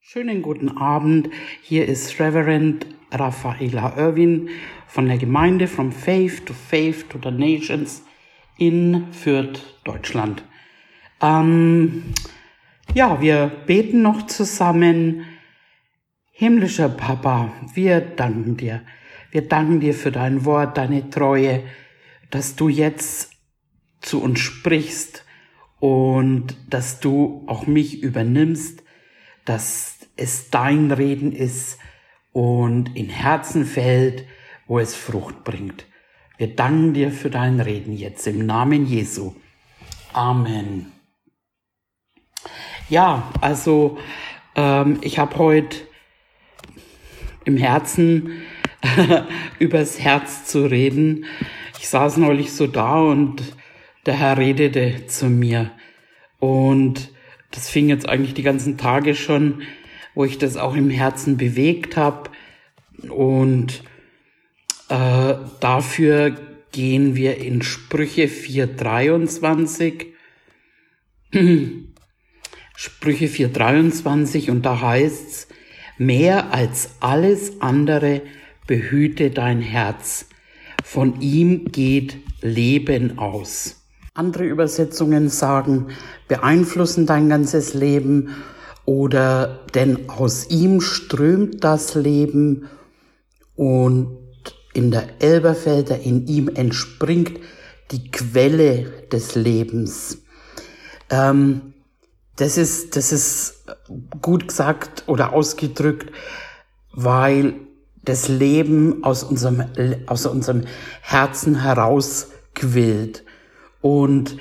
Schönen guten Abend, hier ist Reverend Raffaela Irwin von der Gemeinde From Faith to the Nations in Fürth, Deutschland. Wir beten noch zusammen. Himmlischer Papa, wir danken dir. Wir danken dir für dein Wort, deine Treue, dass du jetzt zu uns sprichst und dass du auch mich übernimmst, dass es dein Reden ist und in Herzen fällt, wo es Frucht bringt. Wir danken dir für dein Reden jetzt im Namen Jesu. Amen. Ja, also ich habe heute im Herzen übers Herz zu reden. Ich saß neulich so da und der Herr redete zu mir. Und das fing jetzt eigentlich die ganzen Tage schon, wo ich das auch im Herzen bewegt habe. Und dafür gehen wir in Sprüche 4,23. Sprüche 4,23 und da heißt's: Mehr als alles andere behüte dein Herz. Von ihm geht Leben aus. Andere Übersetzungen sagen, beeinflussen dein ganzes Leben oder denn aus ihm strömt das Leben und in der Elberfelder, in ihm entspringt die Quelle des Lebens. Das ist gut gesagt oder ausgedrückt, weil das Leben aus unserem Herzen herausquillt. Und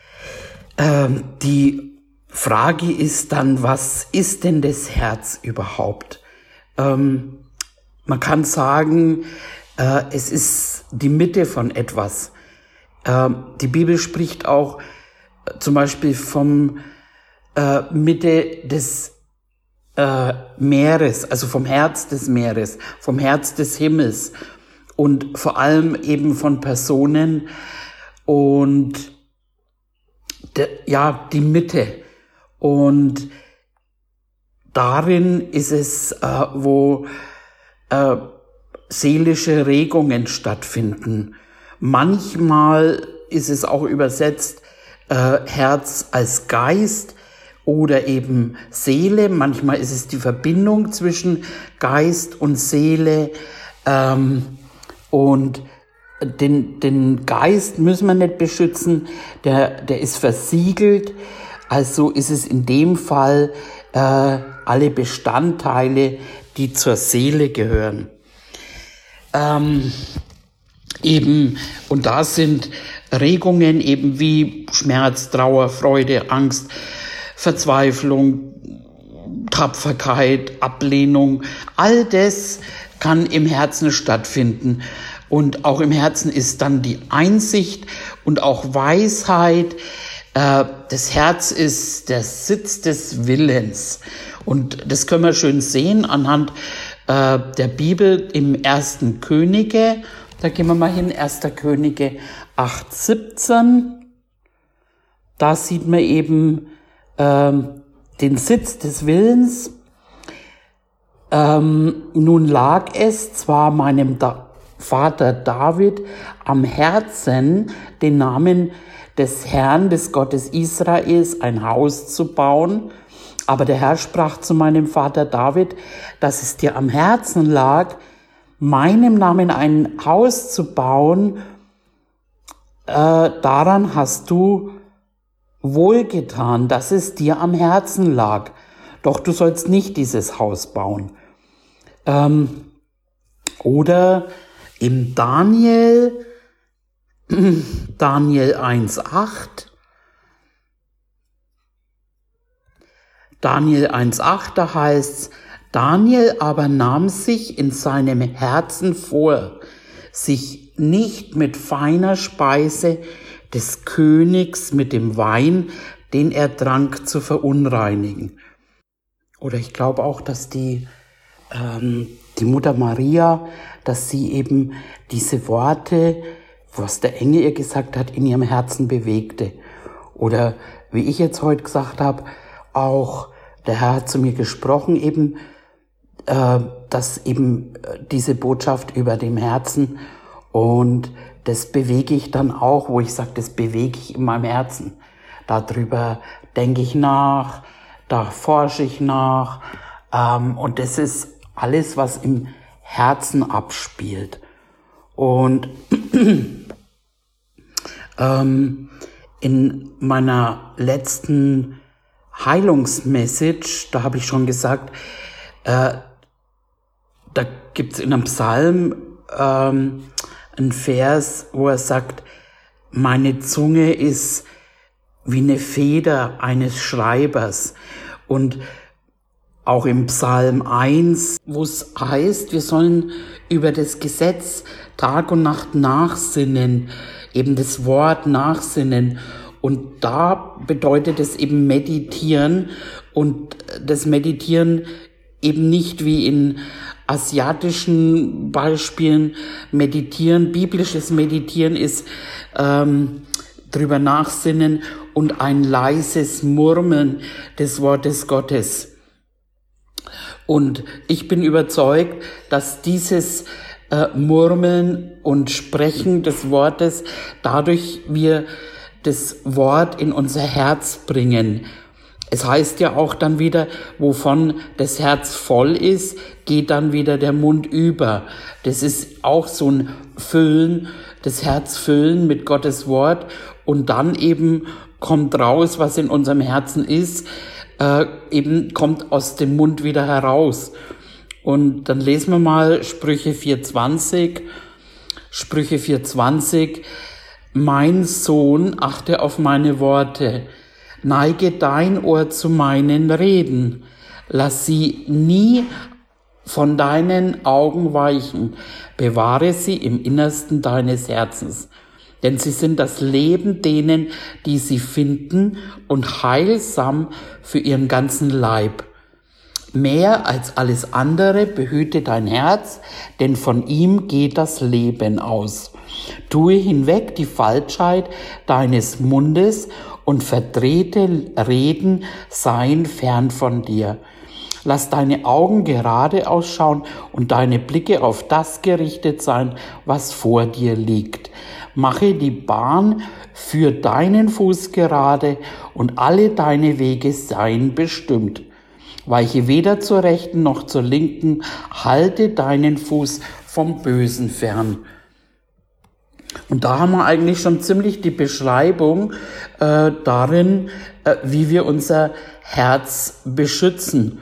die Frage ist dann, was ist denn das Herz überhaupt? Man kann sagen, es ist die Mitte von etwas. Die Bibel spricht auch zum Beispiel vom Mitte des Meeres, also vom Herz des Meeres, vom Herz des Himmels und vor allem von Personen und die Mitte. Und darin ist es, wo seelische Regungen stattfinden. Manchmal ist es auch übersetzt Herz als Geist oder eben Seele. Manchmal ist es die Verbindung zwischen Geist und Seele. Und den Geist müssen wir nicht beschützen, der ist versiegelt. Also ist es in dem Fall alle Bestandteile, die zur Seele gehören. Und da sind Regungen eben wie Schmerz, Trauer, Freude, Angst, Verzweiflung, Tapferkeit, Ablehnung. All das kann im Herzen stattfinden. Und auch im Herzen ist dann die Einsicht und auch Weisheit. Das Herz ist der Sitz des Willens. Und das können wir schön sehen anhand der Bibel im 1. Könige. Da gehen wir mal hin, 1. Könige 8,17. Da sieht man eben den Sitz des Willens. Nun lag es zwar meinem Vater David am Herzen, den Namen des Herrn, des Gottes Israels, ein Haus zu bauen, aber der Herr sprach zu meinem Vater David, dass es dir am Herzen lag, meinem Namen ein Haus zu bauen, daran hast du wohlgetan, dass es dir am Herzen lag. Doch du sollst nicht dieses Haus bauen. Oder im Daniel 1,8. Daniel 1,8, da heißt's: Daniel aber nahm sich in seinem Herzen vor, sich nicht mit feiner Speise des Königs, mit dem Wein, den er trank, zu verunreinigen. Oder ich glaube auch, dass die Mutter Maria, dass sie eben diese Worte, was der Engel ihr gesagt hat, in ihrem Herzen bewegte. Oder wie ich jetzt heute gesagt habe, auch der Herr hat zu mir gesprochen eben, dass eben diese Botschaft über dem Herzen, und das bewege ich dann auch, wo ich sage, das bewege ich in meinem Herzen. Darüber denke ich nach, da forsche ich nach, und das ist alles, was im Herzen abspielt. Und in meiner letzten Heilungsmessage, da habe ich schon gesagt, da gibt's in einem Psalm einen Vers, wo er sagt, meine Zunge ist wie eine Feder eines Schreibers. Und auch im Psalm 1, wo es heißt, wir sollen über das Gesetz Tag und Nacht nachsinnen, eben das Wort nachsinnen. Und da bedeutet es eben meditieren, und das Meditieren eben nicht wie in asiatischen Beispielen meditieren. Biblisches Meditieren ist drüber nachsinnen und ein leises Murmeln des Wortes Gottes. Und ich bin überzeugt, dass dieses Murmeln und Sprechen des Wortes, dadurch wir das Wort in unser Herz bringen. Es heißt ja auch dann wieder, wovon das Herz voll ist, geht dann wieder der Mund über. Das ist auch so ein Füllen, das Herz füllen mit Gottes Wort, und dann eben kommt raus, was in unserem Herzen ist, eben kommt aus dem Mund wieder heraus. Und dann lesen wir mal Sprüche 4,20. Sprüche 4,20. Mein Sohn, achte auf meine Worte. Neige dein Ohr zu meinen Reden. Lass sie nie von deinen Augen weichen. Bewahre sie im Innersten deines Herzens. Denn sie sind das Leben denen, die sie finden, und heilsam für ihren ganzen Leib. Mehr als alles andere behüte dein Herz, denn von ihm geht das Leben aus. Tue hinweg die Falschheit deines Mundes, und verdrehte Reden seien fern von dir. Lass deine Augen gerade ausschauen und deine Blicke auf das gerichtet sein, was vor dir liegt. Mache die Bahn für deinen Fuß gerade, und alle deine Wege seien bestimmt. Weiche weder zur rechten noch zur linken, halte deinen Fuß vom Bösen fern. Und da haben wir eigentlich schon ziemlich die Beschreibung darin, wie wir unser Herz beschützen.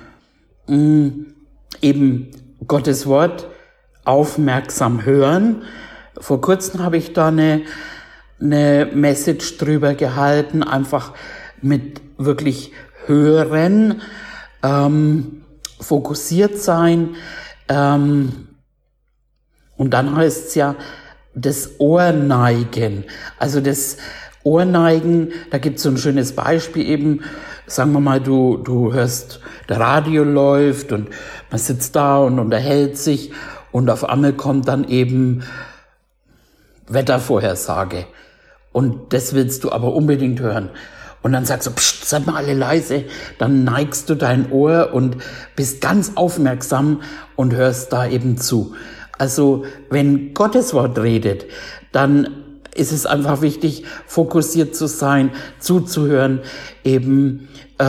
Eben Gottes Wort aufmerksam hören. Vor kurzem habe ich da eine Message drüber gehalten, einfach mit wirklich hören, fokussiert sein. Und dann heißt es ja, das Ohrneigen. Also das Ohrneigen, da gibt es so ein schönes Beispiel eben, sagen wir mal, du hörst, der Radio läuft und man sitzt da und unterhält sich, und auf einmal kommt dann eben Wettervorhersage. Und das willst du aber unbedingt hören. Und dann sagst du, pst, seid mal alle leise, dann neigst du dein Ohr und bist ganz aufmerksam und hörst da eben zu. Also wenn Gottes Wort redet, dann ist es einfach wichtig, fokussiert zu sein, zuzuhören, eben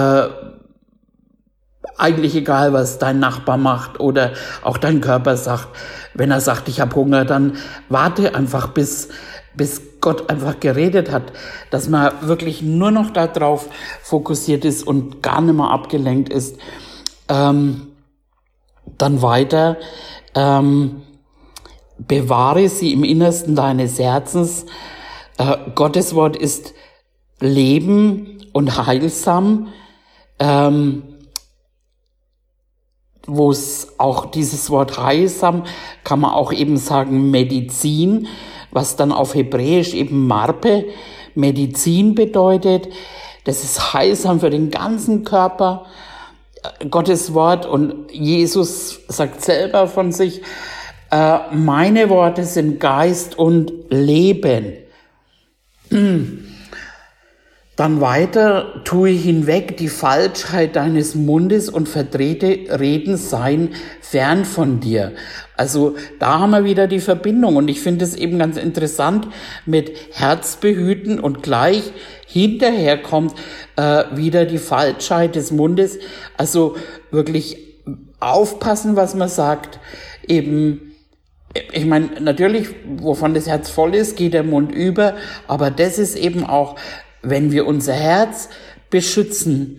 eigentlich egal, was dein Nachbar macht oder auch dein Körper sagt. Wenn er sagt, ich habe Hunger, dann warte einfach, bis Gott einfach geredet hat, dass man wirklich nur noch darauf fokussiert ist und gar nicht mehr abgelenkt ist. Dann weiter, bewahre sie im Innersten deines Herzens. Gottes Wort ist Leben und heilsam, wo es auch dieses Wort heilsam, kann man auch eben sagen Medizin, was dann auf Hebräisch eben Marpe, Medizin bedeutet. Das ist heilsam für den ganzen Körper, Gottes Wort. Und Jesus sagt selber von sich, meine Worte sind Geist und Leben. Dann weiter, tue hinweg die Falschheit deines Mundes und verdrehte Reden seien fern von dir. Also da haben wir wieder die Verbindung und ich finde es eben ganz interessant mit Herz behüten und gleich hinterher kommt wieder die Falschheit des Mundes. Also wirklich aufpassen, was man sagt. Eben, ich meine, natürlich, wovon das Herz voll ist, geht der Mund über, aber das ist eben auch, wenn wir unser Herz beschützen,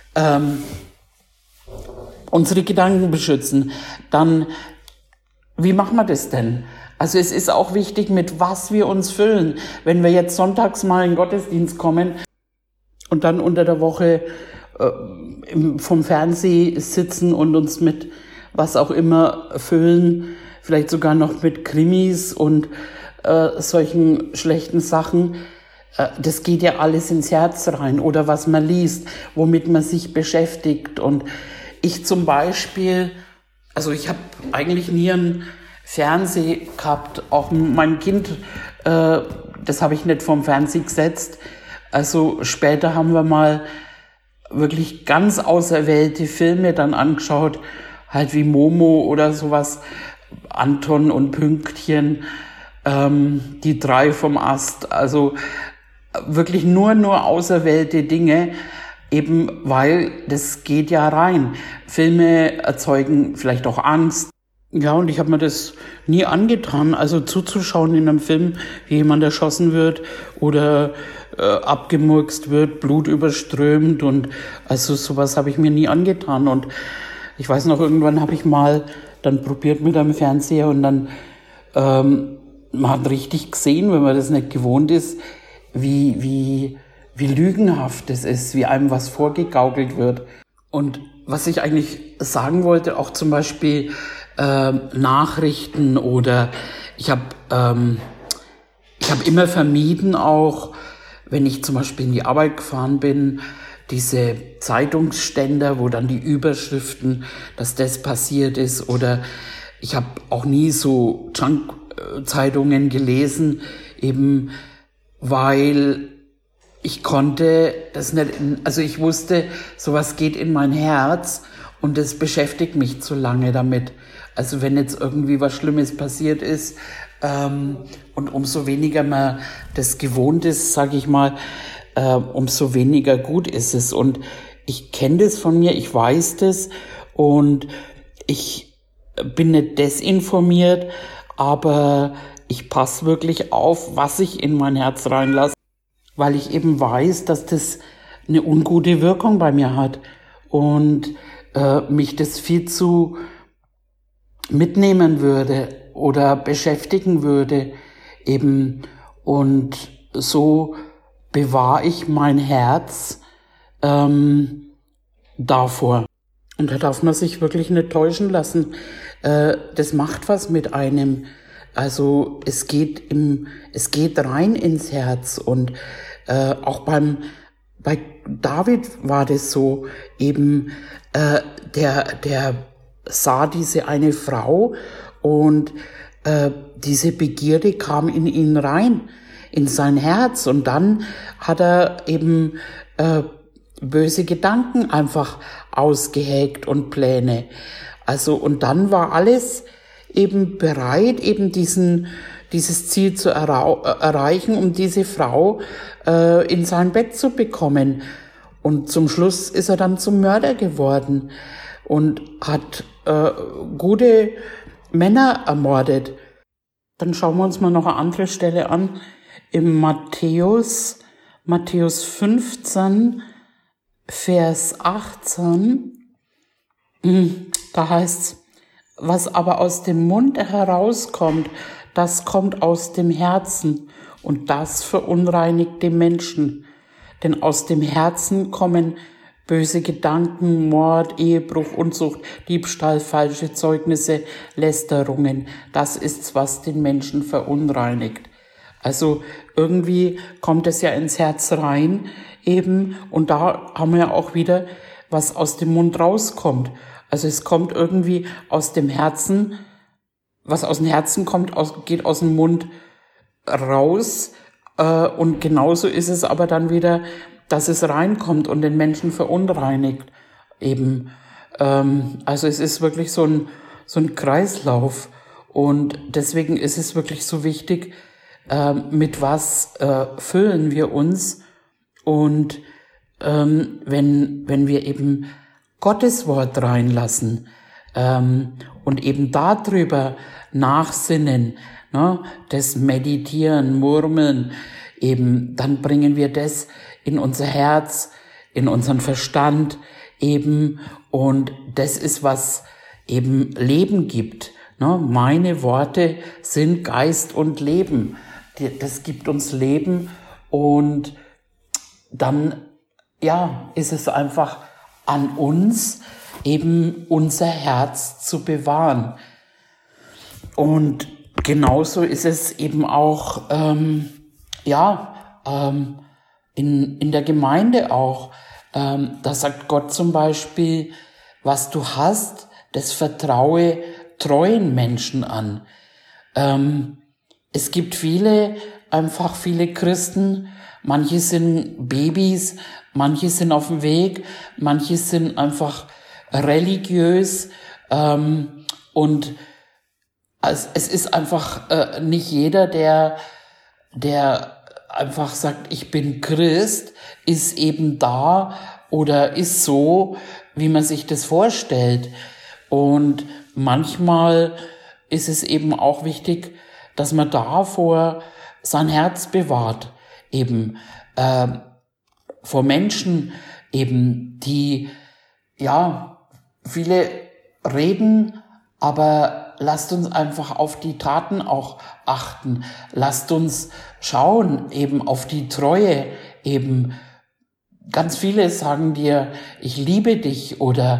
unsere Gedanken beschützen, dann, wie machen wir das denn? Also es ist auch wichtig, mit was wir uns füllen. Wenn wir jetzt sonntags mal in den Gottesdienst kommen und dann unter der Woche vom Fernsehen sitzen und uns mit was auch immer füllen, vielleicht sogar noch mit Krimis und solchen schlechten Sachen, das geht ja alles ins Herz rein. Oder was man liest, womit man sich beschäftigt. Und ich zum Beispiel, also ich habe eigentlich nie einen Fernseher gehabt. Auch mein Kind, das habe ich nicht vom Fernseher gesetzt. Also später haben wir mal wirklich ganz auserwählte Filme dann angeschaut, halt wie Momo oder sowas, Anton und Pünktchen, die drei vom Ast. Also wirklich nur auserwählte Dinge, eben weil das geht ja rein. Filme erzeugen vielleicht auch Angst. Ja, und ich habe mir das nie angetan, also zuzuschauen in einem Film, wie jemand erschossen wird oder abgemurkst wird, Blut überströmt und also sowas habe ich mir nie angetan. Und ich weiß noch, irgendwann habe ich mal dann probiert mit einem Fernseher und dann man hat richtig gesehen, wenn man das nicht gewohnt ist, wie lügenhaft es ist, wie einem was vorgegaukelt wird. Und was ich eigentlich sagen wollte, auch zum Beispiel Nachrichten oder ich habe immer vermieden, auch wenn ich zum Beispiel in die Arbeit gefahren bin, diese Zeitungsständer, wo dann die Überschriften, dass das passiert ist, oder ich habe auch nie so Junk-Zeitungen gelesen, eben weil ich konnte das nicht, also ich wusste, sowas geht in mein Herz und das beschäftigt mich zu lange damit. Also wenn jetzt irgendwie was Schlimmes passiert ist und umso weniger man das gewohnt ist, sage ich mal, umso weniger gut ist es. Und ich kenne das von mir, ich weiß das und ich bin nicht desinformiert, aber ich passe wirklich auf, was ich in mein Herz reinlasse, weil ich eben weiß, dass das eine ungute Wirkung bei mir hat und mich das viel zu mitnehmen würde oder beschäftigen würde eben. Und so bewahre ich mein Herz davor. Und da darf man sich wirklich nicht täuschen lassen. Das macht was mit einem. Also es geht rein ins Herz. Und auch bei David war das so, eben der sah diese eine Frau und diese Begierde kam in ihn rein, in sein Herz, und dann hat er eben böse Gedanken einfach ausgeheckt und Pläne. Also und dann war alles eben bereit, eben dieses Ziel zu erreichen, um diese Frau in sein Bett zu bekommen. Und zum Schluss ist er dann zum Mörder geworden und hat gute Männer ermordet. Dann schauen wir uns mal noch eine andere Stelle an. Im Matthäus 15, Vers 18, da heißt's: Was aber aus dem Mund herauskommt, das kommt aus dem Herzen, und das verunreinigt den Menschen. Denn aus dem Herzen kommen böse Gedanken, Mord, Ehebruch, Unzucht, Diebstahl, falsche Zeugnisse, Lästerungen. Das ist's, was den Menschen verunreinigt. Also irgendwie kommt es ja ins Herz rein eben, und da haben wir ja auch wieder, was aus dem Mund rauskommt. Also es kommt irgendwie aus dem Herzen, was aus dem Herzen kommt, geht aus dem Mund raus, und genauso ist es aber dann wieder dass es reinkommt und den Menschen verunreinigt eben. Also es ist wirklich so ein Kreislauf und deswegen ist es wirklich so wichtig, mit was füllen wir uns und wenn wir eben Gottes Wort reinlassen und eben darüber nachsinnen, ne, das Meditieren, Murmeln, eben, dann bringen wir das in unser Herz, in unseren Verstand eben und das ist, was eben Leben gibt. Ne? Meine Worte sind Geist und Leben. Das gibt uns Leben und dann, ja, ist es einfach an uns, eben unser Herz zu bewahren. Und genauso ist es eben auch, in der Gemeinde auch. Da sagt Gott zum Beispiel, was du hast, das vertraue treuen Menschen an. Es gibt viele Christen, manche sind Babys, manche sind auf dem Weg, manche sind einfach religiös und es ist einfach nicht jeder, der einfach sagt, ich bin Christ, ist eben da oder ist so, wie man sich das vorstellt. Und manchmal ist es eben auch wichtig, dass man davor sein Herz bewahrt, eben vor Menschen, eben die, ja, viele reden, aber lasst uns einfach auf die Taten auch achten. Lasst uns schauen eben auf die Treue eben. Ganz viele sagen dir, ich liebe dich oder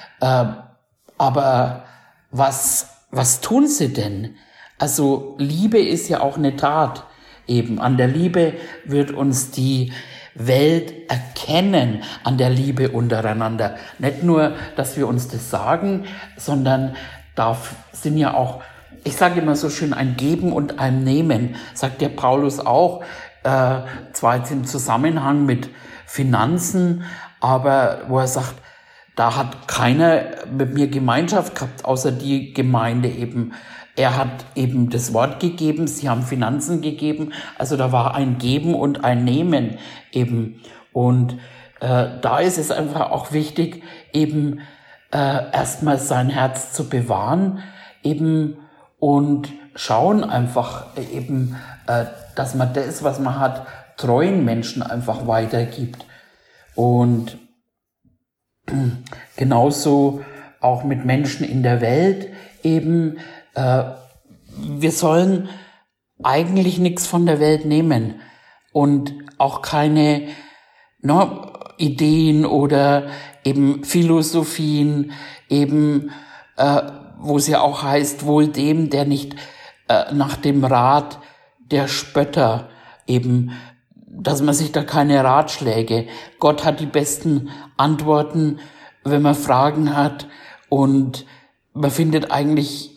aber was tun sie denn? Also Liebe ist ja auch eine Tat eben. An der Liebe wird uns die Welt erkennen, an der Liebe untereinander. Nicht nur, dass wir uns das sagen, sondern da sind ja auch, ich sage immer so schön, ein Geben und ein Nehmen, sagt der Paulus auch, zwar jetzt im Zusammenhang mit Finanzen, aber wo er sagt, da hat keiner mit mir Gemeinschaft gehabt, außer die Gemeinde eben. Er hat eben das Wort gegeben, sie haben Finanzen gegeben, also da war ein Geben und ein Nehmen eben. Und da ist es einfach auch wichtig, eben erstmal sein Herz zu bewahren eben und schauen einfach eben, dass man das, was man hat, treuen Menschen einfach weitergibt. Und genauso auch mit Menschen in der Welt eben, wir sollen eigentlich nichts von der Welt nehmen und auch keine Ideen oder eben Philosophien, eben wo es ja auch heißt, wohl dem, der nicht nach dem Rat der Spötter eben, dass man sich da keine Ratschläge. Gott hat die besten Antworten, wenn man Fragen hat und man findet eigentlich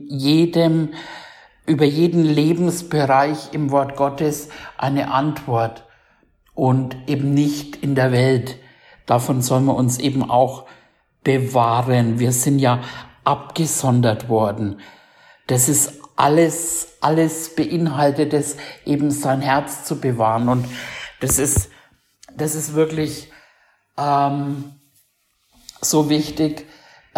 über jeden Lebensbereich im Wort Gottes eine Antwort und eben nicht in der Welt. Davon sollen wir uns eben auch bewahren. Wir sind ja abgesondert worden. Das ist alles beinhaltet es, eben sein Herz zu bewahren. Und das ist wirklich so wichtig,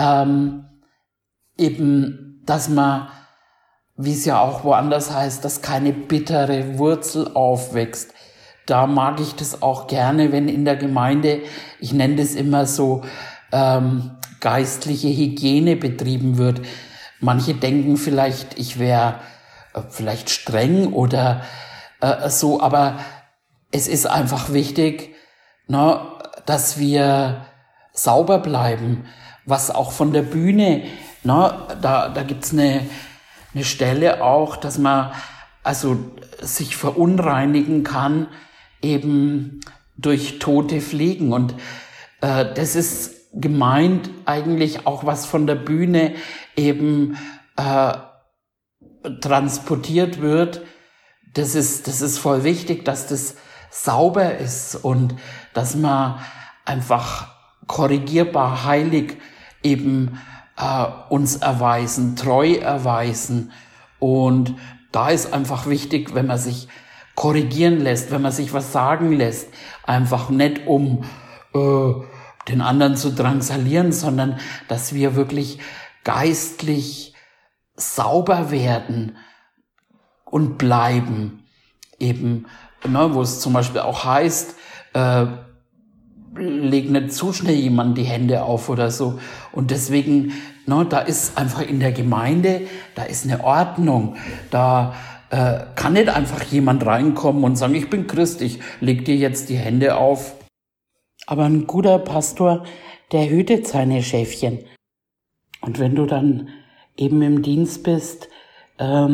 eben, dass man, wie es ja auch woanders heißt, dass keine bittere Wurzel aufwächst. Da mag ich das auch gerne, wenn in der Gemeinde, ich nenne das immer so, geistliche Hygiene betrieben wird. Manche denken vielleicht, ich wäre vielleicht streng oder so, aber es ist einfach wichtig, dass wir sauber bleiben, was auch von der Bühne, da gibt's eine Stelle auch, dass man also sich verunreinigen kann, eben durch tote Fliegen. Und das ist gemeint eigentlich auch, was von der Bühne eben transportiert wird. Das ist voll wichtig, dass das sauber ist und dass wir einfach korrigierbar heilig eben uns erweisen, treu erweisen. Und da ist einfach wichtig, wenn man sich korrigieren lässt, wenn man sich was sagen lässt, einfach nicht um den anderen zu drangsalieren, sondern dass wir wirklich geistlich sauber werden und bleiben. Eben, ne, wo es zum Beispiel auch heißt, leg nicht zu schnell jemand die Hände auf oder so. Und deswegen, ne, da ist einfach in der Gemeinde, da ist eine Ordnung. Da kann nicht einfach jemand reinkommen und sagen, ich bin Christ, ich leg dir jetzt die Hände auf. Aber ein guter Pastor, der hütet seine Schäfchen. Und wenn du dann eben im Dienst bist, ja,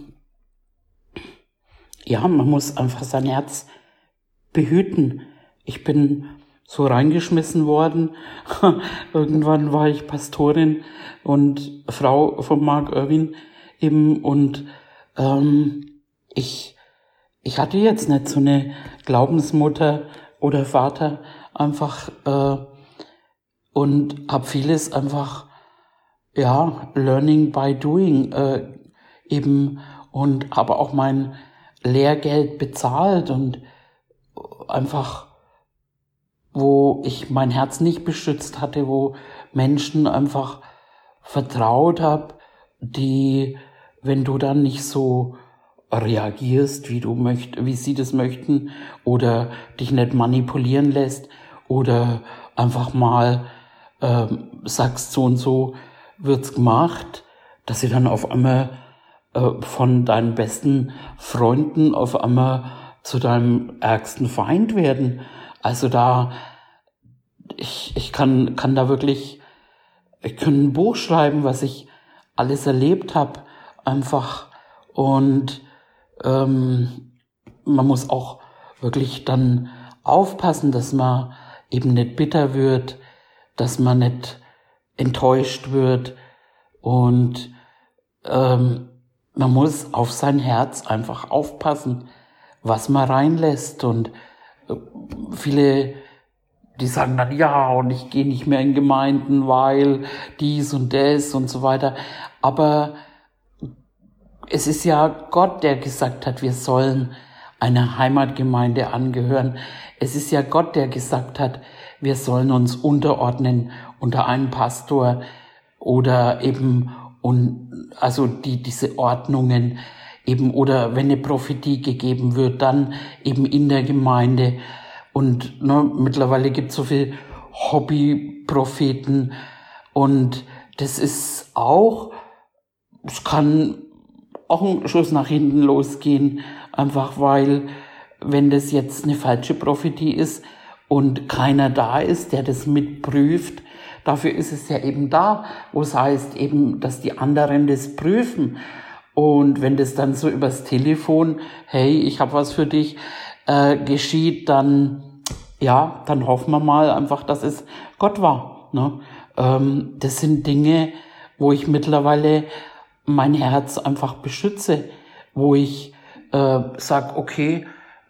man muss einfach sein Herz behüten. Ich bin so reingeschmissen worden. Irgendwann war ich Pastorin und Frau von Mark Irwin eben und ich hatte jetzt nicht so eine Glaubensmutter oder Vater einfach und habe vieles einfach learning by doing eben und habe auch mein Lehrgeld bezahlt und einfach wo ich mein Herz nicht beschützt hatte, wo Menschen einfach vertraut habe, die, wenn du dann nicht so reagierst, wie sie das möchten, oder dich nicht manipulieren lässt, oder einfach mal sagst, so und so wird's gemacht, dass sie dann auf einmal von deinen besten Freunden auf einmal zu deinem ärgsten Feind werden. Also ich kann da wirklich, ich kann ein Buch schreiben, was ich alles erlebt habe, einfach. Und man muss auch wirklich dann aufpassen, dass man eben nicht bitter wird, dass man nicht enttäuscht wird. Und man muss auf sein Herz einfach aufpassen, was man reinlässt. Und viele, die sagen dann, ja, und ich gehe nicht mehr in Gemeinden, weil dies und das und so weiter. Aber es ist ja Gott, der gesagt hat, wir sollen einer Heimatgemeinde angehören. Es ist ja Gott, der gesagt hat, wir sollen uns unterordnen unter einen Pastor oder eben, also diese Ordnungen eben, oder wenn eine Prophetie gegeben wird, dann eben in der Gemeinde. Und mittlerweile gibt es so viel Hobbypropheten und das ist auch, es kann auch ein Schuss nach hinten losgehen, einfach weil, wenn das jetzt eine falsche Prophetie ist und keiner da ist, der das mitprüft, dafür ist es ja eben da, wo es heißt eben, dass die anderen das prüfen. Und wenn das dann so übers Telefon, hey, ich habe was für dich, geschieht, dann hoffen wir mal einfach, dass es Gott war. Ne? Das sind Dinge, wo ich mittlerweile mein Herz einfach beschütze, wo ich sag, okay,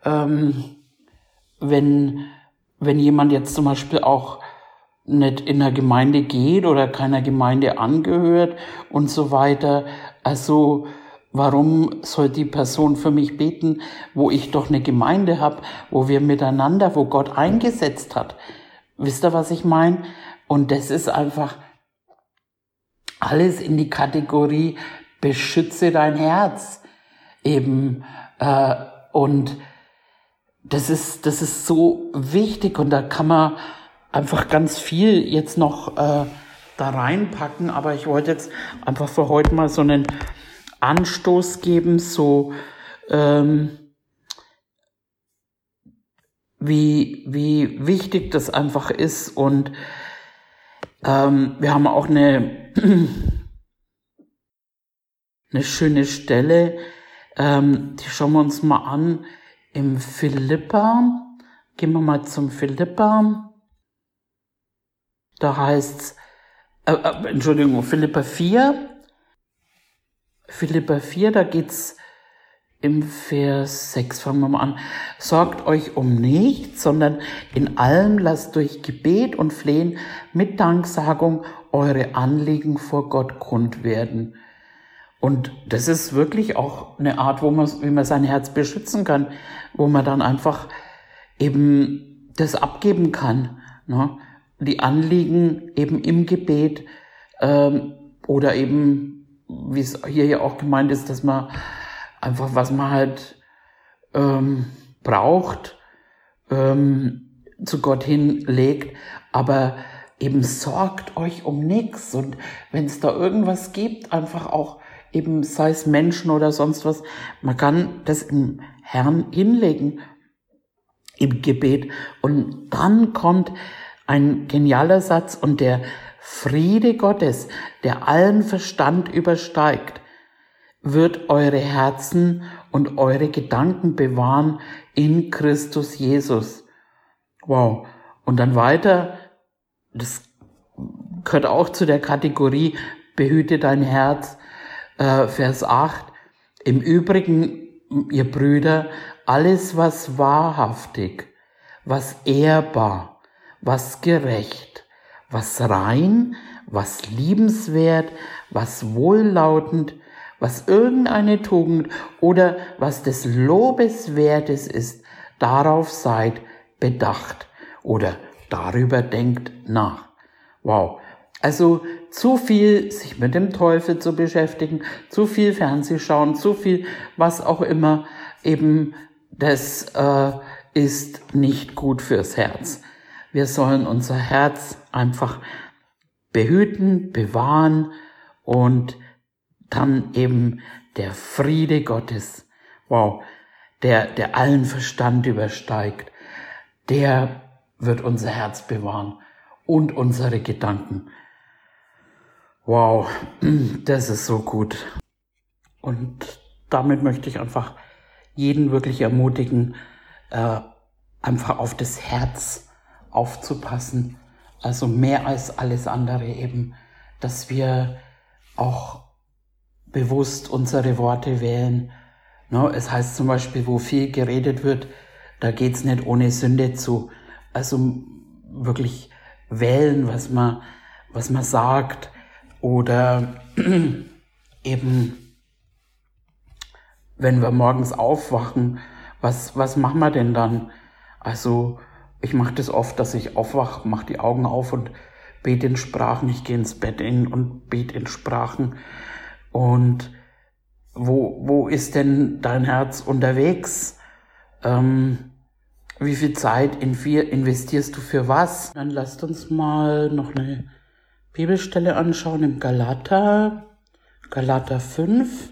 wenn jemand jetzt zum Beispiel auch nicht in der Gemeinde geht oder keiner Gemeinde angehört und so weiter, also warum soll die Person für mich beten, wo ich doch eine Gemeinde habe, wo wir miteinander, wo Gott eingesetzt hat? Wisst ihr, was ich meine? Und das ist einfach alles in die Kategorie beschütze dein Herz eben und das ist so wichtig und da kann man einfach ganz viel jetzt noch da reinpacken, aber ich wollte jetzt einfach für heute mal so einen Anstoß geben, so wie wichtig das einfach ist und wir haben auch eine schöne Stelle, die schauen wir uns mal an im Philippa. Gehen wir mal zum Philippa. Da heißt's, Philippa 4. Philippa 4, da geht's im Vers 6 fangen wir mal an. Sorgt euch um nichts, sondern in allem lasst durch Gebet und Flehen mit Danksagung eure Anliegen vor Gott kund werden. Und das ist wirklich auch eine Art, wie man sein Herz beschützen kann, wo man dann einfach eben das abgeben kann, ne? Die Anliegen eben im Gebet oder eben, wie es hier ja auch gemeint ist, dass man einfach, was man halt braucht, zu Gott hinlegt, aber eben sorgt euch um nichts. Und wenn es da irgendwas gibt, einfach auch eben, sei es Menschen oder sonst was, man kann das im Herrn hinlegen, im Gebet. Und dann kommt ein genialer Satz: und der Friede Gottes, der allen Verstand übersteigt, wird eure Herzen und eure Gedanken bewahren in Christus Jesus. Wow. Und dann weiter, das gehört auch zu der Kategorie behüte dein Herz, Vers 8. Im Übrigen, ihr Brüder, alles, was wahrhaftig, was ehrbar, was gerecht, was rein, was liebenswert, was wohllautend, was irgendeine Tugend oder was des Lobes wertes ist, darauf seid bedacht oder darüber denkt nach. Wow. Also zu viel sich mit dem Teufel zu beschäftigen, zu viel Fernseh schauen, zu viel was auch immer, eben das ist nicht gut fürs Herz. Wir sollen unser Herz einfach behüten, bewahren und dann eben der Friede Gottes, wow, der allen Verstand übersteigt, der wird unser Herz bewahren und unsere Gedanken. Wow, das ist so gut. Und damit möchte ich einfach jeden wirklich ermutigen, einfach auf das Herz aufzupassen. Also mehr als alles andere eben, dass wir auch bewusst unsere Worte wählen. Es heißt zum Beispiel, wo viel geredet wird, da geht's nicht ohne Sünde zu. Also wirklich wählen, was man sagt. Oder eben, wenn wir morgens aufwachen, was machen wir denn dann? Also ich mache das oft, dass ich aufwache, mache die Augen auf und bete in Sprachen. Ich gehe ins Bett und bete in Sprachen. Und wo ist denn dein Herz unterwegs? Wie viel Zeit investierst du für was? Dann lasst uns mal noch eine Bibelstelle anschauen im Galater 5.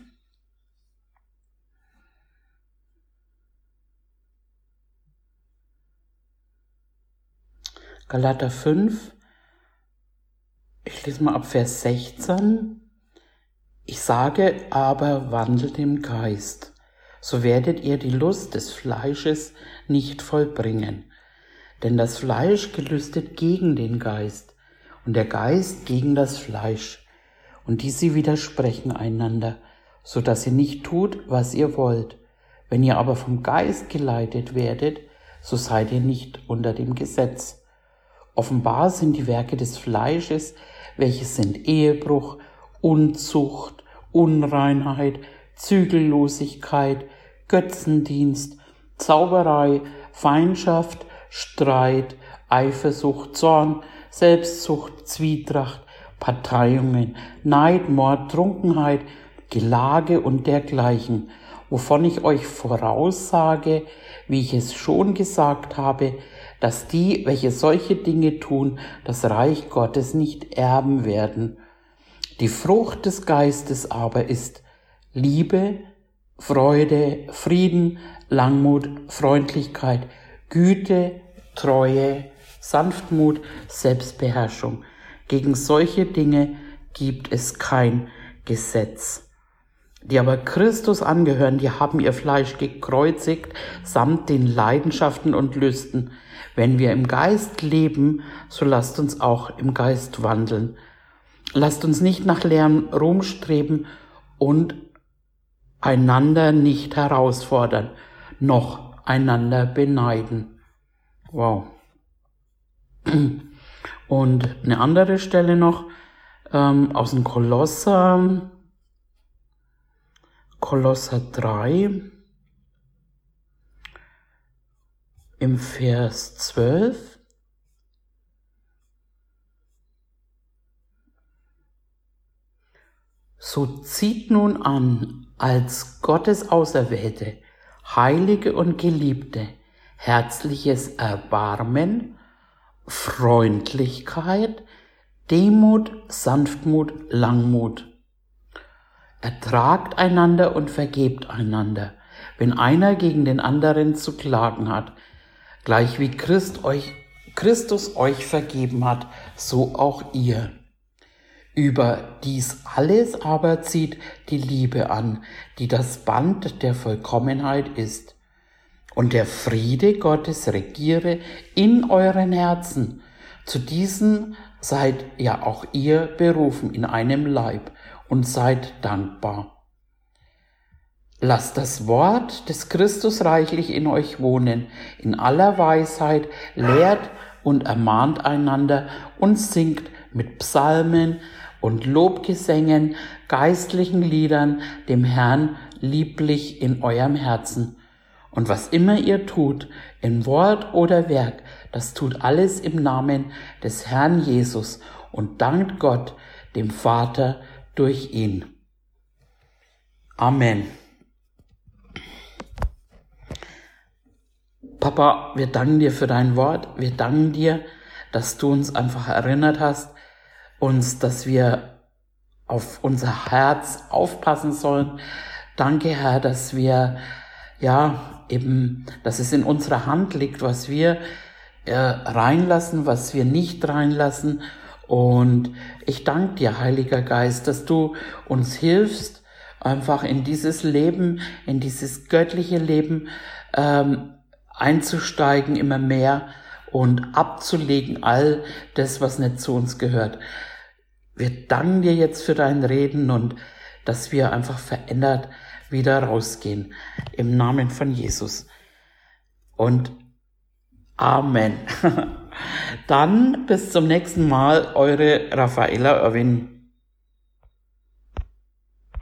Galater 5, ich lese mal ab Vers 16. Ich sage aber, wandelt im Geist, so werdet ihr die Lust des Fleisches nicht vollbringen. Denn das Fleisch gelüstet gegen den Geist und der Geist gegen das Fleisch. Und diese widersprechen einander, so dass ihr nicht tut, was ihr wollt. Wenn ihr aber vom Geist geleitet werdet, so seid ihr nicht unter dem Gesetz. Offenbar sind die Werke des Fleisches, welche sind Ehebruch, Unzucht, Unreinheit, Zügellosigkeit, Götzendienst, Zauberei, Feindschaft, Streit, Eifersucht, Zorn, Selbstsucht, Zwietracht, Parteiungen, Neid, Mord, Trunkenheit, Gelage und dergleichen, wovon ich euch voraussage, wie ich es schon gesagt habe, dass die, welche solche Dinge tun, das Reich Gottes nicht erben werden. Die Frucht des Geistes aber ist Liebe, Freude, Frieden, Langmut, Freundlichkeit, Güte, Treue, Sanftmut, Selbstbeherrschung. Gegen solche Dinge gibt es kein Gesetz. Die aber Christus angehören, die haben ihr Fleisch gekreuzigt, samt den Leidenschaften und Lüsten. Wenn wir im Geist leben, so lasst uns auch im Geist wandeln. Lasst uns nicht nach leerem Ruhm streben und einander nicht herausfordern, noch einander beneiden. Wow. Und eine andere Stelle noch aus dem Kolosser 3 im Vers 12. So zieht nun an, als Gottes Auserwählte, Heilige und Geliebte, herzliches Erbarmen, Freundlichkeit, Demut, Sanftmut, Langmut. Ertragt einander und vergebt einander, wenn einer gegen den anderen zu klagen hat, gleich wie Christus euch vergeben hat, so auch ihr. Über dies alles aber zieht die Liebe an, die das Band der Vollkommenheit ist. Und der Friede Gottes regiere in euren Herzen. Zu diesen seid ja auch ihr berufen in einem Leib und seid dankbar. Lasst das Wort des Christus reichlich in euch wohnen, in aller Weisheit, lehrt und ermahnt einander und singt mit Psalmen und Lobgesängen, geistlichen Liedern dem Herrn lieblich in eurem Herzen. Und was immer ihr tut, in Wort oder Werk, das tut alles im Namen des Herrn Jesus und dankt Gott, dem Vater, durch ihn. Amen. Papa, wir danken dir für dein Wort. Wir danken dir, dass du uns einfach erinnert hast, dass wir auf unser Herz aufpassen sollen. Danke, Herr, dass wir, dass es in unserer Hand liegt, was wir reinlassen, was wir nicht reinlassen. Und ich danke dir, Heiliger Geist, dass du uns hilfst, einfach in dieses Leben, in dieses göttliche Leben einzusteigen immer mehr und abzulegen all das, was nicht zu uns gehört. Wir danken dir jetzt für dein Reden und dass wir einfach verändert wieder rausgehen. Im Namen von Jesus. Und Amen. Dann bis zum nächsten Mal, eure Raffaella Irwin.